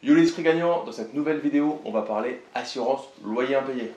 Yo les esprits gagnants, dans cette nouvelle vidéo, on va parler assurance loyer impayé.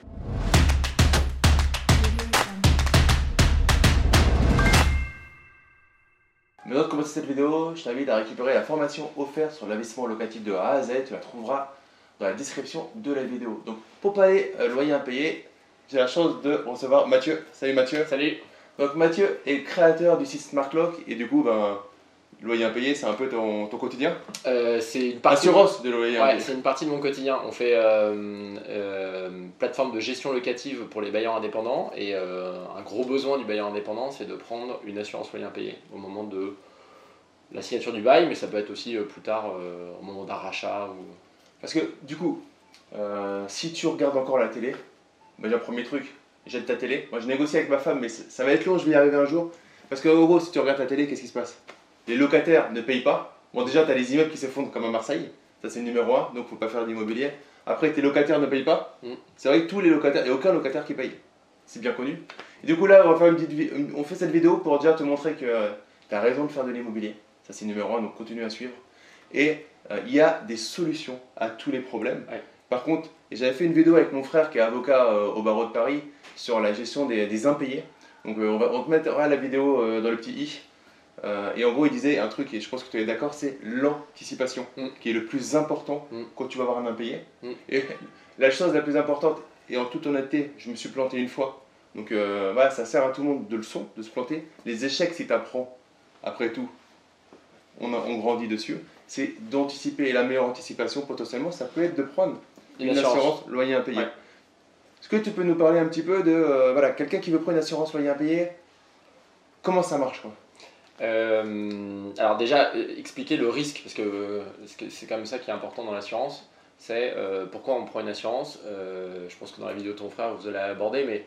Mais avant de commencer cette vidéo, je t'invite à récupérer la formation offerte sur l'investissement locatif de A à Z. Tu la trouveras dans la description de la vidéo. Donc pour parler loyer impayé, j'ai la chance de recevoir Mathieu. Salut Mathieu. Salut. Donc Mathieu est le créateur du site SmartLock et du coup, loyer impayé, c'est un peu ton quotidien. C'est une partie assurance de loyer impayé. Ouais, c'est une partie de mon quotidien. On fait plateforme de gestion locative pour les bailleurs indépendants et un gros besoin du bailleur indépendant, c'est de prendre une assurance loyer impayé au moment de la signature du bail, mais ça peut être aussi plus tard au moment d'un rachat. Parce que du coup, si tu regardes encore la télé, déjà premier truc, jette ta télé. Moi je négocie avec ma femme, mais ça va être long, je vais y arriver un jour. Parce qu'en gros, si tu regardes la télé, qu'est-ce qui se passe? Les locataires ne payent pas. Bon, déjà, tu as les immeubles qui s'effondrent comme à Marseille. Ça, c'est le numéro 1, donc faut pas faire d'immobilier. Après, tes locataires ne payent pas. C'est vrai que tous les locataires, il n'y a aucun locataire qui paye. C'est bien connu. Et du coup, là, on fait cette vidéo pour déjà te montrer que tu as raison de faire de l'immobilier. Ça, c'est le numéro 1, donc continue à suivre. Et il y a des solutions à tous les problèmes. Ouais. Par contre, j'avais fait une vidéo avec mon frère qui est avocat au barreau de Paris sur la gestion des impayés. Donc, on te mettra la vidéo dans le petit i. Et en gros, il disait un truc, et je pense que tu es d'accord, c'est l'anticipation qui est le plus important quand tu vas avoir un impayé. Et la chose la plus importante, et en toute honnêteté, je me suis planté une fois. Donc voilà, ça sert à tout le monde de leçon, de se planter. Les échecs, si tu apprends, après tout, on grandit dessus. C'est d'anticiper. Et la meilleure anticipation, potentiellement, ça peut être de prendre une assurance loyer impayé. Ouais. Est-ce que tu peux nous parler un petit peu de voilà, quelqu'un qui veut prendre une assurance loyer impayé, comment ça marche quoi? Alors déjà, expliquer le risque, parce que c'est quand même ça qui est important dans l'assurance, c'est pourquoi on prend une assurance. Je pense que dans la vidéo de ton frère, vous allez aborder, mais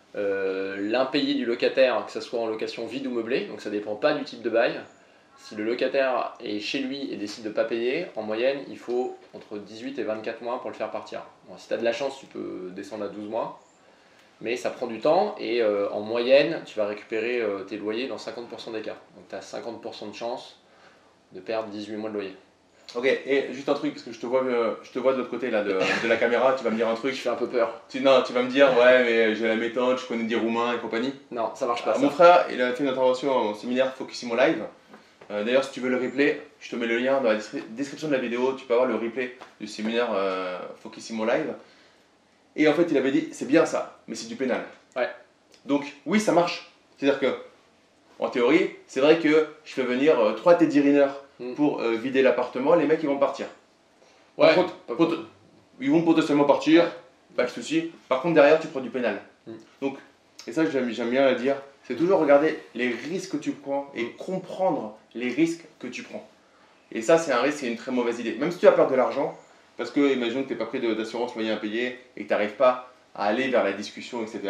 l'impayé du locataire, que ce soit en location vide ou meublée, donc ça ne dépend pas du type de bail. Si le locataire est chez lui et décide de ne pas payer, en moyenne, il faut entre 18 et 24 mois pour le faire partir. Bon, si tu as de la chance, tu peux descendre à 12 mois. Mais ça prend du temps et en moyenne, tu vas récupérer tes loyers dans 50% des cas. Donc tu as 50% de chance de perdre 18 mois de loyer. Ok, et juste un truc, parce que je te vois de l'autre côté là, de la caméra, tu vas me dire un truc. Je fais un peu peur. Non, tu vas me dire, ouais, mais j'ai la méthode, je connais des Roumains et compagnie. Non, ça marche pas. Mon frère, il a fait une intervention au séminaire Focusimo Live. D'ailleurs, si tu veux le replay, je te mets le lien dans la description de la vidéo, tu peux avoir le replay du séminaire Focusimo Live. Et en fait, il avait dit, c'est bien ça, mais c'est du pénal. Ouais. Donc, oui, ça marche. C'est-à-dire que, en théorie, c'est vrai que je fais venir 3 Teddy Riner pour vider l'appartement, les mecs, ils vont partir. Ouais. Par contre, ils vont potentiellement partir, pas de souci. Par contre, derrière, tu prends du pénal. Donc, et ça, j'aime bien le dire, c'est toujours regarder les risques que tu prends et comprendre les risques que tu prends. Et ça, c'est un risque, c'est une très mauvaise idée. Même si tu as peur de l'argent, parce que, imagine que tu n'es pas pris d'assurance loyer impayé et que tu n'arrives pas à aller vers la discussion, etc.,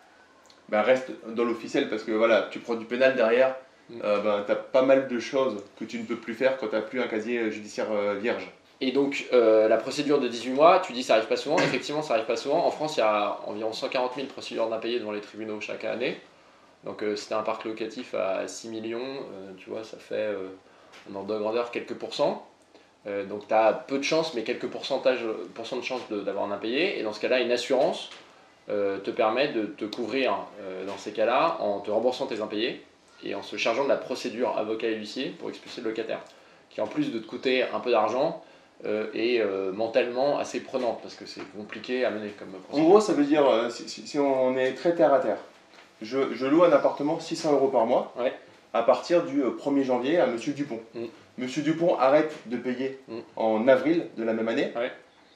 reste dans l'officiel parce que voilà, tu prends du pénal derrière, tu as pas mal de choses que tu ne peux plus faire quand tu n'as plus un casier judiciaire vierge. Et donc, la procédure de 18 mois, tu dis ça n'arrive pas souvent. Effectivement, ça n'arrive pas souvent. En France, il y a environ 140 000 procédures d'impayés devant les tribunaux chaque année. Donc, si tu as un parc locatif à 6 millions, tu vois, ça fait en ordre de grandeur quelques pourcents. Donc tu as peu de chance, mais quelques pourcents de chance d'avoir un impayé. Et dans ce cas-là, une assurance te permet de te couvrir dans ces cas-là en te remboursant tes impayés et en se chargeant de la procédure avocat et huissier pour expulser le locataire, qui en plus de te coûter un peu d'argent est mentalement assez prenante parce que c'est compliqué à mener comme procédure. En gros, ça veut dire, si on est très terre à terre, je loue un appartement 600 € par mois. Ouais. À partir du 1er janvier à Monsieur Dupont. Monsieur Dupont arrête de payer en avril de la même année. Ouais.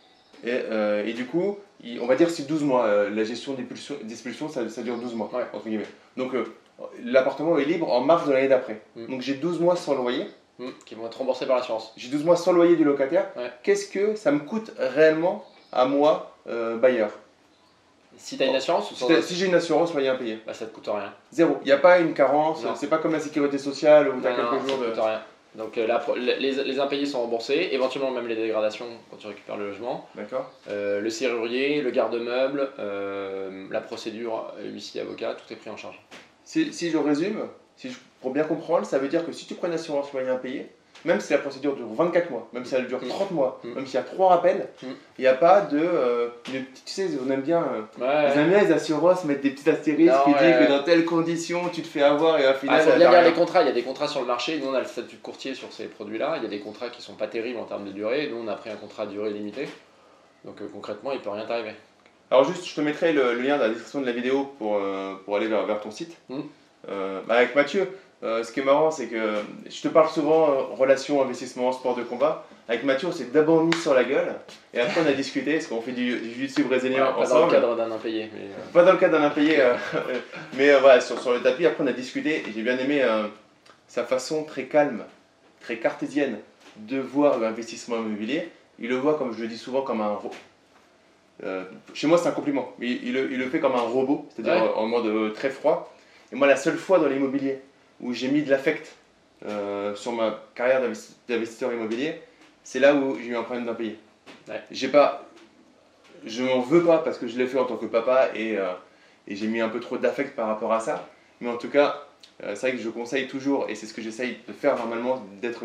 Et du coup, on va dire que c'est 12 mois. La gestion d'expulsion, ça dure 12 mois, ouais. Entre guillemets. Donc l'appartement est libre en mars de l'année d'après. Donc j'ai 12 mois sans loyer. Qui vont être remboursés par l'assurance. J'ai 12 mois sans loyer du locataire. Ouais. Qu'est-ce que ça me coûte réellement à moi, bailleur? Si tu as une assurance ou si j'ai une assurance loyer impayé, ça te coûte rien. Zéro. Il n'y a pas une carence, c'est pas comme la sécurité sociale où tu as quelques jours de. Ça coûte rien. Donc les impayés sont remboursés, éventuellement même les dégradations quand tu récupères le logement. D'accord. Le serrurier, le garde-meuble, la procédure huissier-avocat, tout est pris en charge. Si je résume, pour bien comprendre, ça veut dire que si tu prends une assurance loyer impayé, même si la procédure dure 24 mois, même si elle dure 30 mois, Mm. même s'il y a 3 rappels, Mm. il n'y a pas de. Tu sais, on aime bien. Les assurances mettre des petits astérisques Non, qui disent ouais. que dans telle condition tu te fais avoir et au Il final. faut bien t'as lire rien. les contrats. Il y a des contrats sur le marché. Nous, on a le statut de courtier sur ces produits-là. Il y a des contrats qui sont pas terribles en termes de durée. Nous, on a pris un contrat à durée limitée. Donc concrètement, il peut rien t'arriver. Alors, juste, je te mettrai le lien dans la description de la vidéo pour aller vers ton site. Mm. Avec Mathieu, ce qui est marrant, c'est que je te parle souvent relation, investissement, sport de combat. Avec Mathieu, on s'est d'abord mis sur la gueule et après on a discuté parce qu'on fait du jiu-jitsu brésilien Pas ensemble. dans le cadre d'un impayé. Mais, Pas dans le cadre d'un impayé, mais voilà, sur le tapis. Après, on a discuté et j'ai bien aimé sa façon très calme, très cartésienne de voir l'investissement immobilier. Il le voit, comme je le dis souvent, comme un. Chez moi, c'est un compliment, mais il le fait comme un robot, c'est-à-dire Ouais. en mode très froid. Et moi, la seule fois dans l'immobilier où j'ai mis de l'affect sur ma carrière d'investisseur immobilier, c'est là où j'ai eu un problème d'impayé. Ouais. Je m'en veux pas parce que je l'ai fait en tant que papa et j'ai mis un peu trop d'affect par rapport à ça. Mais en tout cas, c'est vrai que je conseille toujours, et c'est ce que j'essaye de faire normalement, d'être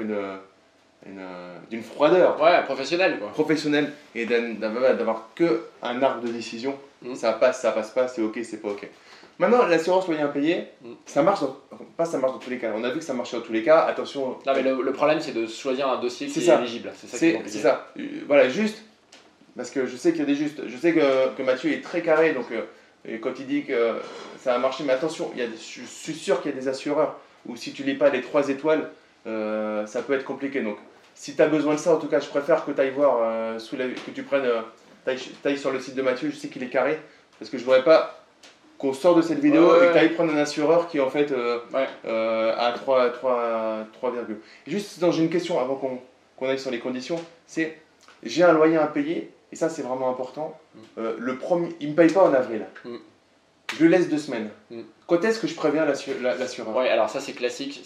d'une froideur ouais, professionnel quoi. professionnelle et d'avoir que un arc de décision. Mm. Ça passe pas, c'est ok, c'est pas ok. Maintenant, l'assurance loyer impayé, ça marche ça marche dans tous les cas. On a vu que ça marchait dans tous les cas. Attention. Non mais le problème c'est de choisir un dossier qui C'est est ça. éligible. C'est ça qui est compliqué. C'est ça. Voilà, juste. Parce que je sais qu'il y a des justes. Je sais que Mathieu est très carré, donc et quand il dit que ça a marché, mais attention, je suis sûr qu'il y a des assureurs où si tu lis pas les 3 étoiles, ça peut être compliqué. Donc, si tu as besoin de ça, en tout cas, je préfère que tu ailles voir, que tu prennes, t'ailles sur le site de Mathieu, je sais qu'il est carré, parce que je voudrais pas qu'on sort de cette vidéo et que tu ailles prendre un assureur qui en fait à 3. Et juste, j'ai une question avant qu'on aille sur les conditions, c'est j'ai un loyer à payer, et ça c'est vraiment important. Il ne me paye pas en avril. Je le laisse 2 semaines. Quand est-ce que je préviens l'assureur? Ouais, alors ça c'est classique.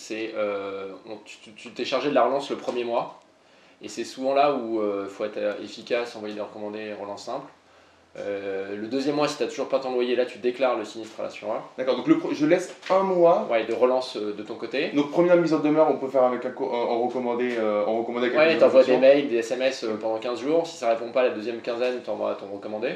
Tu t'es chargé de la relance le premier mois. Et c'est souvent là où il faut être efficace, envoyer des recommandés, relance simple. Le deuxième mois, si tu n'as toujours pas ton loyer, là tu déclares le sinistre à l'assureur. D'accord, donc je laisse un mois. Ouais, de relance de ton côté. Donc première mise en demeure, on peut faire avec en recommandé avec Ouais, tu envoies des mails, des SMS pendant 15 jours. Si ça répond pas la deuxième quinzaine, tu envoies ton recommandé.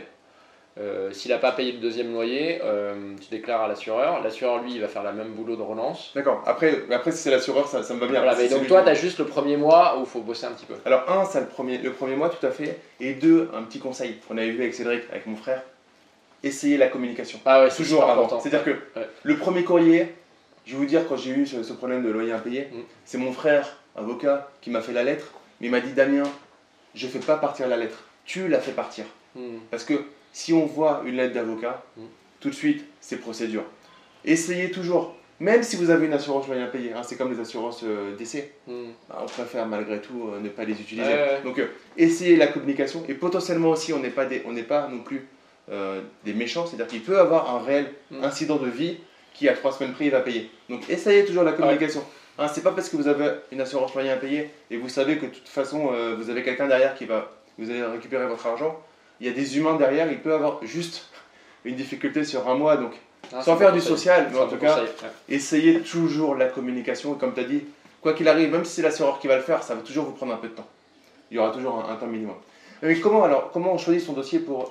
S'il n'a pas payé le deuxième loyer, tu déclares à l'assureur. L'assureur, lui, il va faire la même boulot de relance. D'accord, après si c'est l'assureur, ça me va bien. Voilà, mais donc toi, tu as juste le premier mois où il faut bosser un petit peu. Alors c'est le premier mois, tout à fait. Et 2, un petit conseil qu'on avait vu avec Cédric, avec mon frère. Essayez la communication. Ah ouais, c'est toujours super avant. important. C'est-à-dire que le premier courrier, je vais vous dire, quand j'ai eu ce problème de loyer impayé, c'est mon frère, avocat, qui m'a fait la lettre. Mais il m'a dit, Damien, je ne fais pas partir la lettre. Tu la fais partir. Parce que si on voit une lettre d'avocat, tout de suite, c'est procédure. Essayez toujours, même si vous avez une assurance loyer impayé, c'est comme les assurances décès, on préfère malgré tout ne pas les utiliser. Donc essayez la communication et potentiellement aussi, on n'est pas non plus des méchants, c'est-à-dire qu'il peut avoir un réel incident de vie qui à 3 semaines près il va payer. Donc essayez toujours la communication. C'est pas parce que vous avez une assurance loyer impayé et vous savez que de toute façon vous avez quelqu'un derrière vous allez récupérer votre argent. Il y a des humains derrière, il peut avoir juste une difficulté sur un mois, donc sans faire du social, mais en tout cas, essayez toujours la communication. Et comme tu as dit, quoi qu'il arrive, même si c'est l'assureur qui va le faire, ça va toujours vous prendre un peu de temps. Il y aura toujours un temps minimum. Mais comment on choisit son dossier pour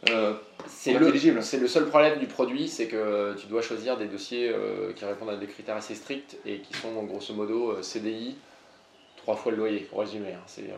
être éligible? C'est le seul problème du produit, c'est que tu dois choisir des dossiers qui répondent à des critères assez stricts et qui sont grosso modo CDI, 3 fois le loyer, pour résumer.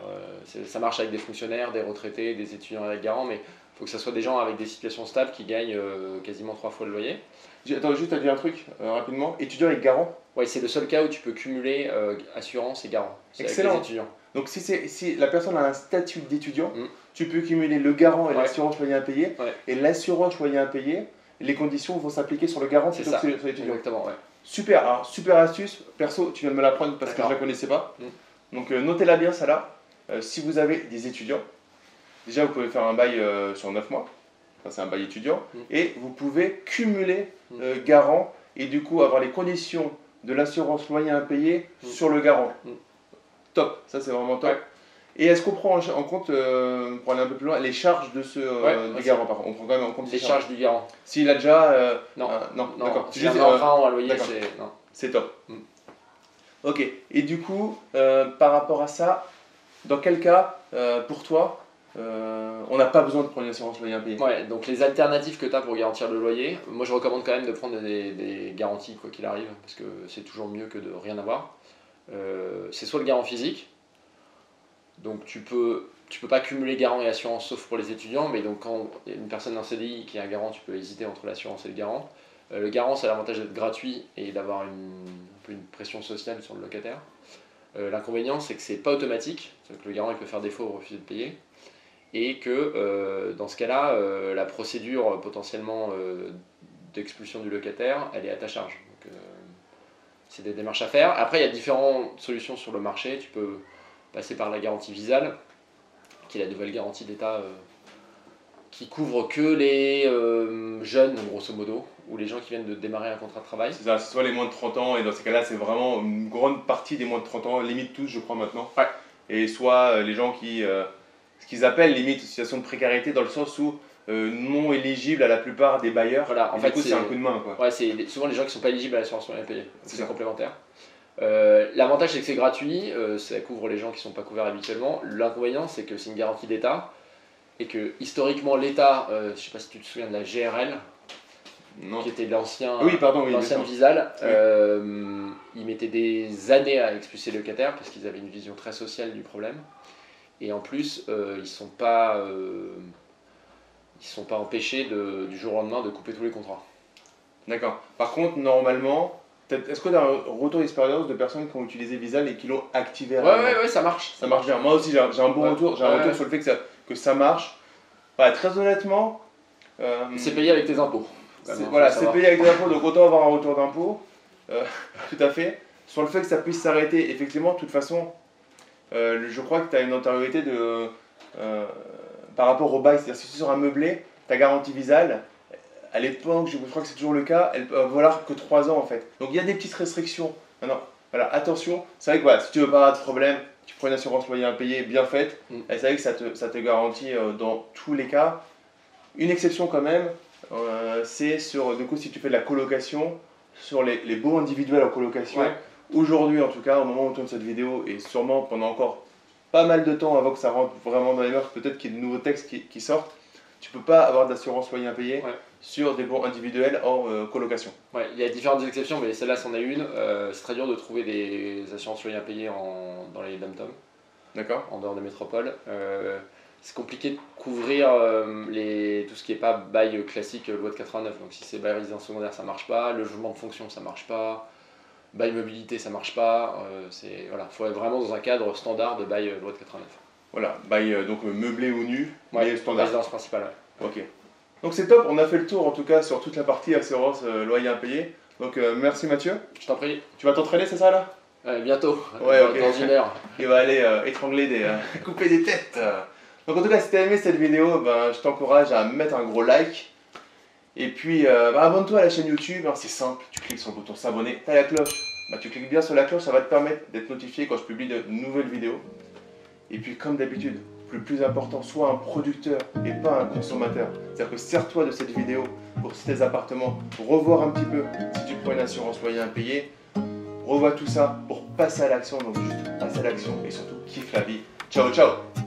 Ça marche avec des fonctionnaires, des retraités, des étudiants avec garant, mais il faut que ce soit des gens avec des situations stables qui gagnent quasiment 3 fois le loyer. Attends, juste à dire un truc rapidement. Étudiant avec garant? Ouais, c'est le seul cas où tu peux cumuler assurance et garant. Excellent. Avec les étudiants. Donc si la personne a un statut d'étudiant, tu peux cumuler le garant et l'assurance loyer impayé. Et l'assurance loyer impayé, les conditions vont s'appliquer sur le garant plutôt que sur l'étudiant. Exactement, ouais. Super, alors super astuce. Perso, tu viens de me l'apprendre parce que je ne la connaissais pas. Donc notez-la bien, ça là. Si vous avez des étudiants, déjà vous pouvez faire un bail sur 9 mois. C'est un bail étudiant. Et vous pouvez cumuler garant et du coup avoir les conditions de l'assurance loyer impayé sur le garant. Top, ça c'est vraiment top. Et est-ce qu'on prend en compte, pour aller un peu plus loin, les charges de du garant par contre? On prend quand même en compte les charges du garant. S'il a déjà. Non, non, d'accord. Si un emprunt ou un loyer, c'est top. Ok, et du coup, par rapport à ça, dans quel cas, pour toi, on n'a pas besoin de prendre une assurance loyer impayé? Ouais, donc les alternatives que tu as pour garantir le loyer, moi je recommande quand même de prendre des garanties quoi qu'il arrive, parce que c'est toujours mieux que de rien avoir. C'est soit le garant physique, donc tu peux pas cumuler garant et assurance sauf pour les étudiants, mais donc quand il y a une personne en CDI qui est un garant, tu peux hésiter entre l'assurance et le garant. Le garant, ça a l'avantage d'être gratuit et d'avoir un peu une pression sociale sur le locataire. L'inconvénient, c'est que c'est pas automatique, c'est que le garant il peut faire défaut ou refuser de payer, et que dans ce cas-là, la procédure potentiellement d'expulsion du locataire, elle est à ta charge. Donc, c'est des démarches à faire. Après, il y a différentes solutions sur le marché. Tu peux passer par la garantie Visale, qui est la nouvelle garantie d'État qui couvre que les jeunes, grosso modo, ou les gens qui viennent de démarrer un contrat de travail. C'est ça, c'est soit les moins de 30 ans, et dans ces cas-là, c'est vraiment une grande partie des moins de 30 ans, limite tous, je crois, maintenant. Ouais. Et soit les gens qui, ce qu'ils appellent limite situation de précarité, dans le sens où non éligibles à la plupart des bailleurs. Voilà, en et fait, du coup, c'est un coup de main, quoi. Ouais, c'est souvent les gens qui ne sont pas éligibles à l'assurance loyer impayé. C'est C'est ça. complémentaire. L'avantage, c'est que c'est gratuit, ça couvre les gens qui ne sont pas couverts habituellement. L'inconvénient, c'est que c'est une garantie d'État et que historiquement, l'État, je ne sais pas si tu te souviens de la GRL, Non. qui était l'ancien Oui, pardon, oui, l'ancienne bien sûr. Visale, Oui. ils mettaient des années à expulser le locataire parce qu'ils avaient une vision très sociale du problème. Et en plus, ils ne sont pas empêchés du jour au lendemain de couper tous les contrats. D'accord. Par contre, normalement, est-ce que tu as un retour d'expérience de personnes qui ont utilisé Visal et qui l'ont activé réellement? Ouais, ça marche. Ça marche bien. Moi aussi, j'ai un bon Ouais. retour. J'ai un retour sur le fait que ça marche. Ouais, très honnêtement. C'est payé avec tes impôts. Voilà, c'est payé avec des impôts, donc autant avoir un retour d'impôt. Tout à fait. Sur le fait que ça puisse s'arrêter, effectivement, de toute façon, je crois que tu as une antériorité par rapport au bail. C'est-à-dire si c'est sur un meublé, ta garantie Visal, à l'époque, je crois que c'est toujours le cas, elle peut valoir que 3 ans en fait. Donc il y a des petites restrictions. Maintenant, voilà, attention, c'est vrai que voilà, si tu veux pas avoir de problème, tu prends une assurance loyer impayé bien faite, et c'est vrai que ça te garantit dans tous les cas. Une exception quand même, c'est sur, du coup, si tu fais de la colocation, sur les baux individuels en colocation. Ouais. Aujourd'hui, en tout cas, au moment où on tourne cette vidéo, et sûrement pendant encore pas mal de temps avant que ça rentre vraiment dans les mœurs, peut-être qu'il y ait de nouveaux textes qui sortent, tu peux pas avoir d'assurance loyer impayé sur des baux individuels en colocation. Ouais, il y a différentes exceptions, mais celle-là, c'en est une. C'est très dur de trouver des assurances loyer impayées dans les dom-toms. D'accord. En dehors des métropoles. C'est compliqué de couvrir tout ce qui n'est pas bail classique loi de 89. Donc si c'est bail résidence secondaire, ça marche pas. Le logement de fonction, ça marche pas. Bail mobilité, ça marche pas. Voilà, faut être vraiment dans un cadre standard de bail loi de 89. Voilà, bail donc meublé ou nu, mais standard. Résidence principale, ouais. Ok. Donc c'est top, on a fait le tour en tout cas sur toute la partie assurance loyer impayé. Donc merci Mathieu. Je t'en prie. Tu vas t'entraîner, c'est ça là? Bientôt, Ouais, ok. dans une heure. Il va aller étrangler couper des têtes. Donc en tout cas, si tu as aimé cette vidéo, ben, je t'encourage à mettre un gros like. Et puis abonne-toi à la chaîne YouTube, hein, c'est simple, tu cliques sur le bouton s'abonner, tu as la cloche. Bah, tu cliques bien sur la cloche, ça va te permettre d'être notifié quand je publie de nouvelles vidéos. Et puis comme d'habitude, le plus important, sois un producteur et pas un consommateur. C'est-à-dire que sers-toi de cette vidéo pour tes appartements, pour revoir un petit peu si tu prends une assurance loyer impayé. Revois tout ça pour passer à l'action, donc juste passe à l'action et surtout kiffe la vie. Ciao ciao.